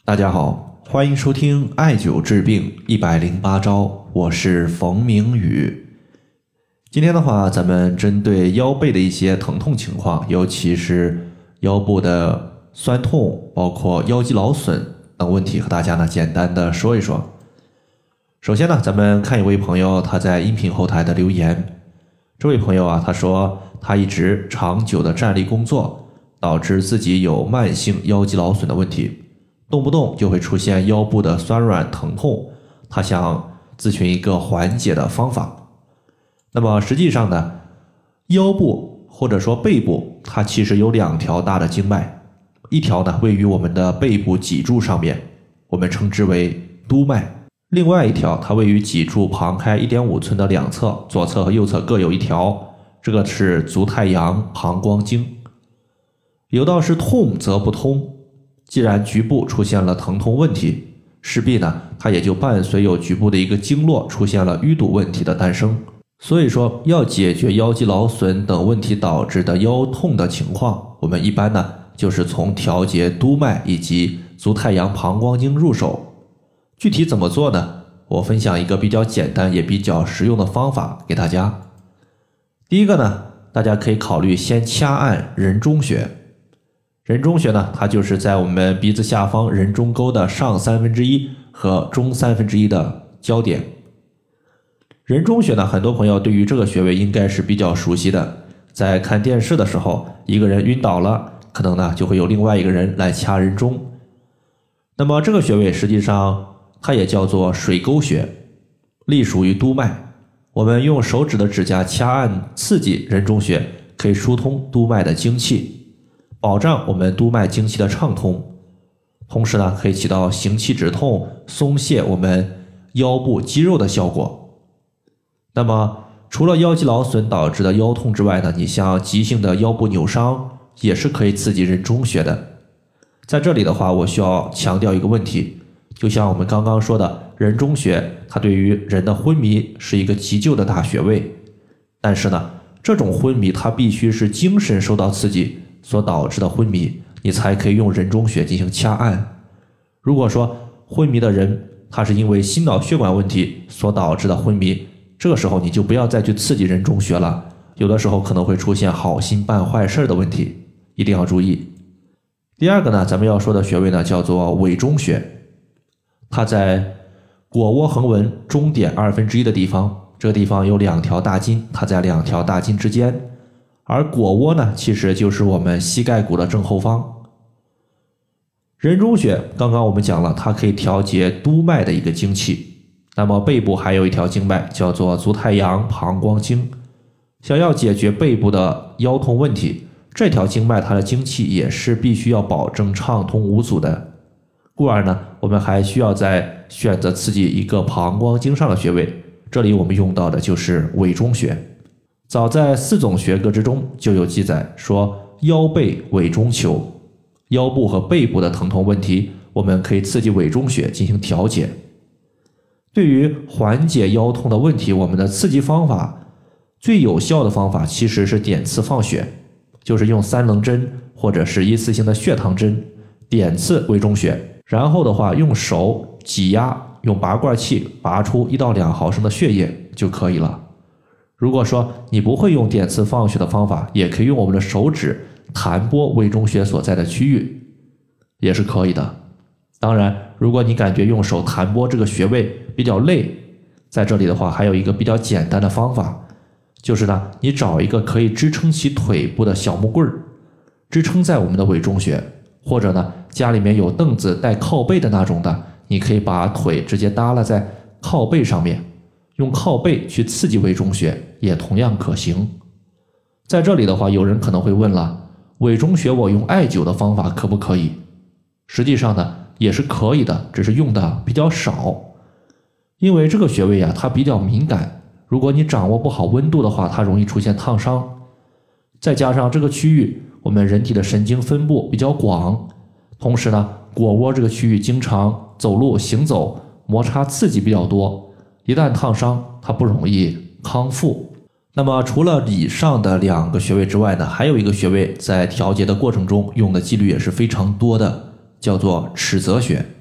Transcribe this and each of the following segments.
大家好，欢迎收听艾灸治病108招，我是冯明宇。今天的话，咱们针对腰背的一些疼痛情况，尤其是腰部的酸痛，包括腰肌劳损等问题，和大家呢简单的说一说。首先呢，咱们看一位朋友他在音频后台的留言。这位朋友啊，他说他一直长久的站立工作，导致自己有慢性腰肌劳损的问题，动不动就会出现腰部的酸软疼痛，他想咨询一个缓解的方法。那么实际上呢，腰部或者说背部，它其实有两条大的经脉，一条呢位于我们的背部脊柱上面，我们称之为督脉。另外一条它位于脊柱旁开 1.5 寸的两侧，左侧和右侧各有一条，这个是足太阳膀胱经。有道是痛则不通，既然局部出现了疼痛问题，势必呢它也就伴随有局部的一个经络出现了淤堵问题的诞生。所以说要解决腰肌劳损等问题导致的腰痛的情况，我们一般呢就是从调节督脉以及足太阳膀胱经入手。具体怎么做呢？我分享一个比较简单也比较实用的方法给大家。第一个呢，大家可以考虑先掐按人中穴。人中穴呢，它就是在我们鼻子下方人中沟的上1/3和中1/3的交点。人中穴呢，很多朋友对于这个穴位应该是比较熟悉的，在看电视的时候，一个人晕倒了，可能呢就会有另外一个人来掐人中。那么这个穴位实际上它也叫做水沟穴，隶属于督脉。我们用手指的指甲掐按刺激人中穴，可以疏通督脉的精气，保障我们督脉精气的畅通，同时呢可以起到行气止痛、松懈我们腰部肌肉的效果。那么除了腰肌劳损导致的腰痛之外呢，你像急性的腰部扭伤也是可以刺激人中穴的。在这里的话，我需要强调一个问题，就像我们刚刚说的，人中穴它对于人的昏迷是一个急救的大穴位，但是呢这种昏迷它必须是精神受到刺激所导致的昏迷，你才可以用人中穴进行掐按。如果说昏迷的人他是因为心脑血管问题所导致的昏迷，这个时候你就不要再去刺激人中穴了，有的时候可能会出现好心办坏事的问题，一定要注意。第二个呢，咱们要说的穴位呢叫做委中穴，它在腘窝横纹中点1/2的地方，这个地方有两条大筋，它在两条大筋之间，而腘窝呢其实就是我们膝盖骨的正后方。人中穴刚刚我们讲了，它可以调节督脉的一个精气。那么背部还有一条经脉叫做足太阳膀胱经，想要解决背部的腰痛问题，这条经脉它的精气也是必须要保证畅通无阻的。故而呢，我们还需要再选择刺激一个膀胱经上的穴位，这里我们用到的就是委中穴。早在4种穴歌之中就有记载说，腰背委中求，腰部和背部的疼痛问题，我们可以刺激委中穴进行调节。对于缓解腰痛的问题，我们的刺激方法最有效的方法其实是点刺放血，就是用3棱针或者是一次性的血糖针点刺委中穴，然后的话用手挤压，用拔罐器拔出1到2毫升的血液就可以了。如果说你不会用点刺放血的方法，也可以用我们的手指弹拨委中穴所在的区域，也是可以的。当然如果你感觉用手弹拨这个穴位比较累，在这里的话还有一个比较简单的方法，就是呢你找一个可以支撑起腿部的小木棍，支撑在我们的委中穴，或者呢家里面有凳子带靠背的那种的，你可以把腿直接耷拉在靠背上面，用靠背去刺激委中穴也同样可行。在这里的话，有人可能会问了，委中穴我用艾灸的方法可不可以？实际上呢也是可以的，只是用的比较少。因为这个穴位啊它比较敏感，如果你掌握不好温度的话，它容易出现烫伤。再加上这个区域我们人体的神经分布比较广，同时呢腘窝这个区域经常走路行走摩擦刺激比较多，一旦烫伤它不容易康复。那么除了以上的2个穴位之外呢，还有一个穴位在调节的过程中用的几率也是非常多的，叫做尺泽穴。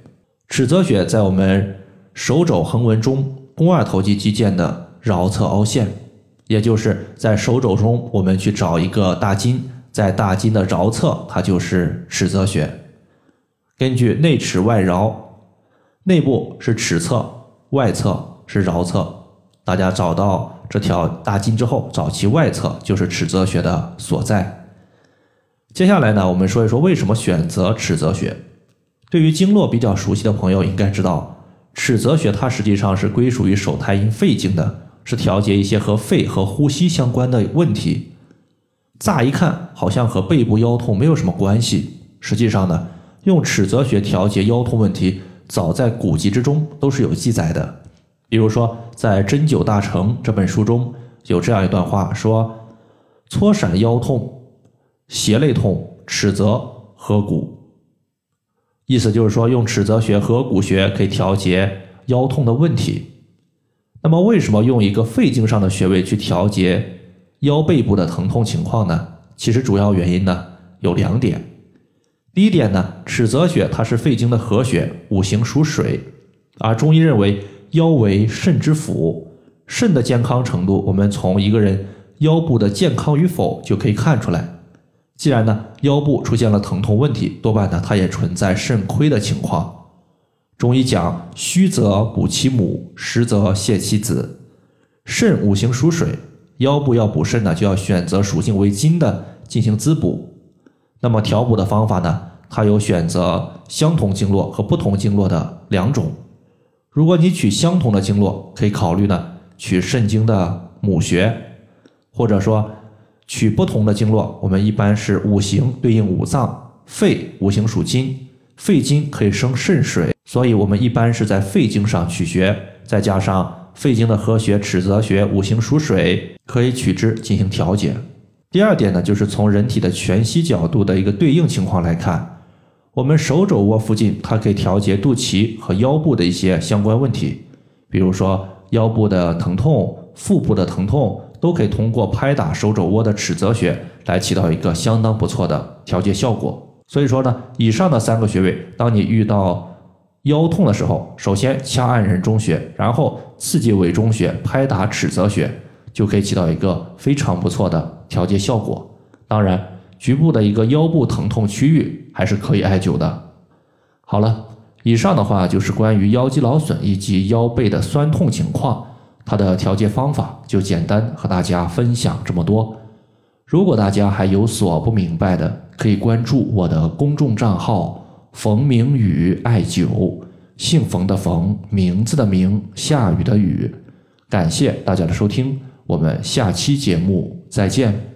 尺泽穴在我们手肘横纹中肱二头肌肌腱的桡侧凹陷，也就是在手肘中我们去找一个大筋，在大筋的桡侧它就是尺泽穴。根据内尺外桡，内部是尺侧，外侧是桡侧，大家找到这条大筋之后，找其外侧就是尺泽穴的所在。接下来呢，我们说一说为什么选择尺泽穴。对于经络比较熟悉的朋友应该知道，尺泽穴它实际上是归属于手太阴肺经的，是调节一些和肺和呼吸相关的问题。乍一看好像和背部腰痛没有什么关系，实际上呢，用尺泽穴调节腰痛问题，早在古籍之中都是有记载的。比如说在《针灸大成》这本书中有这样一段话说：搓闪腰痛、胁肋痛，尺泽合谷。意思就是说用尺泽穴合谷穴可以调节腰痛的问题。那么为什么用一个肺经上的穴位去调节腰背部的疼痛情况呢？其实主要原因呢有2点。第一点呢，尺泽穴它是肺经的合穴，五行属水，而中医认为腰为肾之府，肾的健康程度我们从一个人腰部的健康与否就可以看出来。既然呢腰部出现了疼痛问题，多半呢它也存在肾亏的情况。中医讲虚则补其母，实则泻其子。肾五行属水，腰部要补肾呢，就要选择属性为金的进行滋补。那么调补的方法呢，它有选择相同经络和不同经络的2种。如果你取相同的经络，可以考虑呢取肾经的母穴，或者说取不同的经络，我们一般是五行对应五脏，肺五行属金，肺金可以生肾水，所以我们一般是在肺经上取穴，再加上肺经的合穴尺泽穴五行属水，可以取之进行调节。第2点呢，就是从人体的全息角度的一个对应情况来看，我们手肘窝附近它可以调节肚脐和腰部的一些相关问题，比如说腰部的疼痛、腹部的疼痛，都可以通过拍打手肘窝的尺泽穴来起到一个相当不错的调节效果。所以说呢，以上的3个穴位，当你遇到腰痛的时候，首先掐按人中穴，然后刺激委中穴，拍打尺泽穴，就可以起到一个非常不错的调节效果。当然局部的一个腰部疼痛区域还是可以艾灸的。好了，以上的话就是关于腰肌劳损以及腰背的酸痛情况，它的调节方法就简单和大家分享这么多。如果大家还有所不明白的，可以关注我的公众账号冯明宇艾灸，姓冯的冯，名字的名，下雨的雨。感谢大家的收听，我们下期节目再见。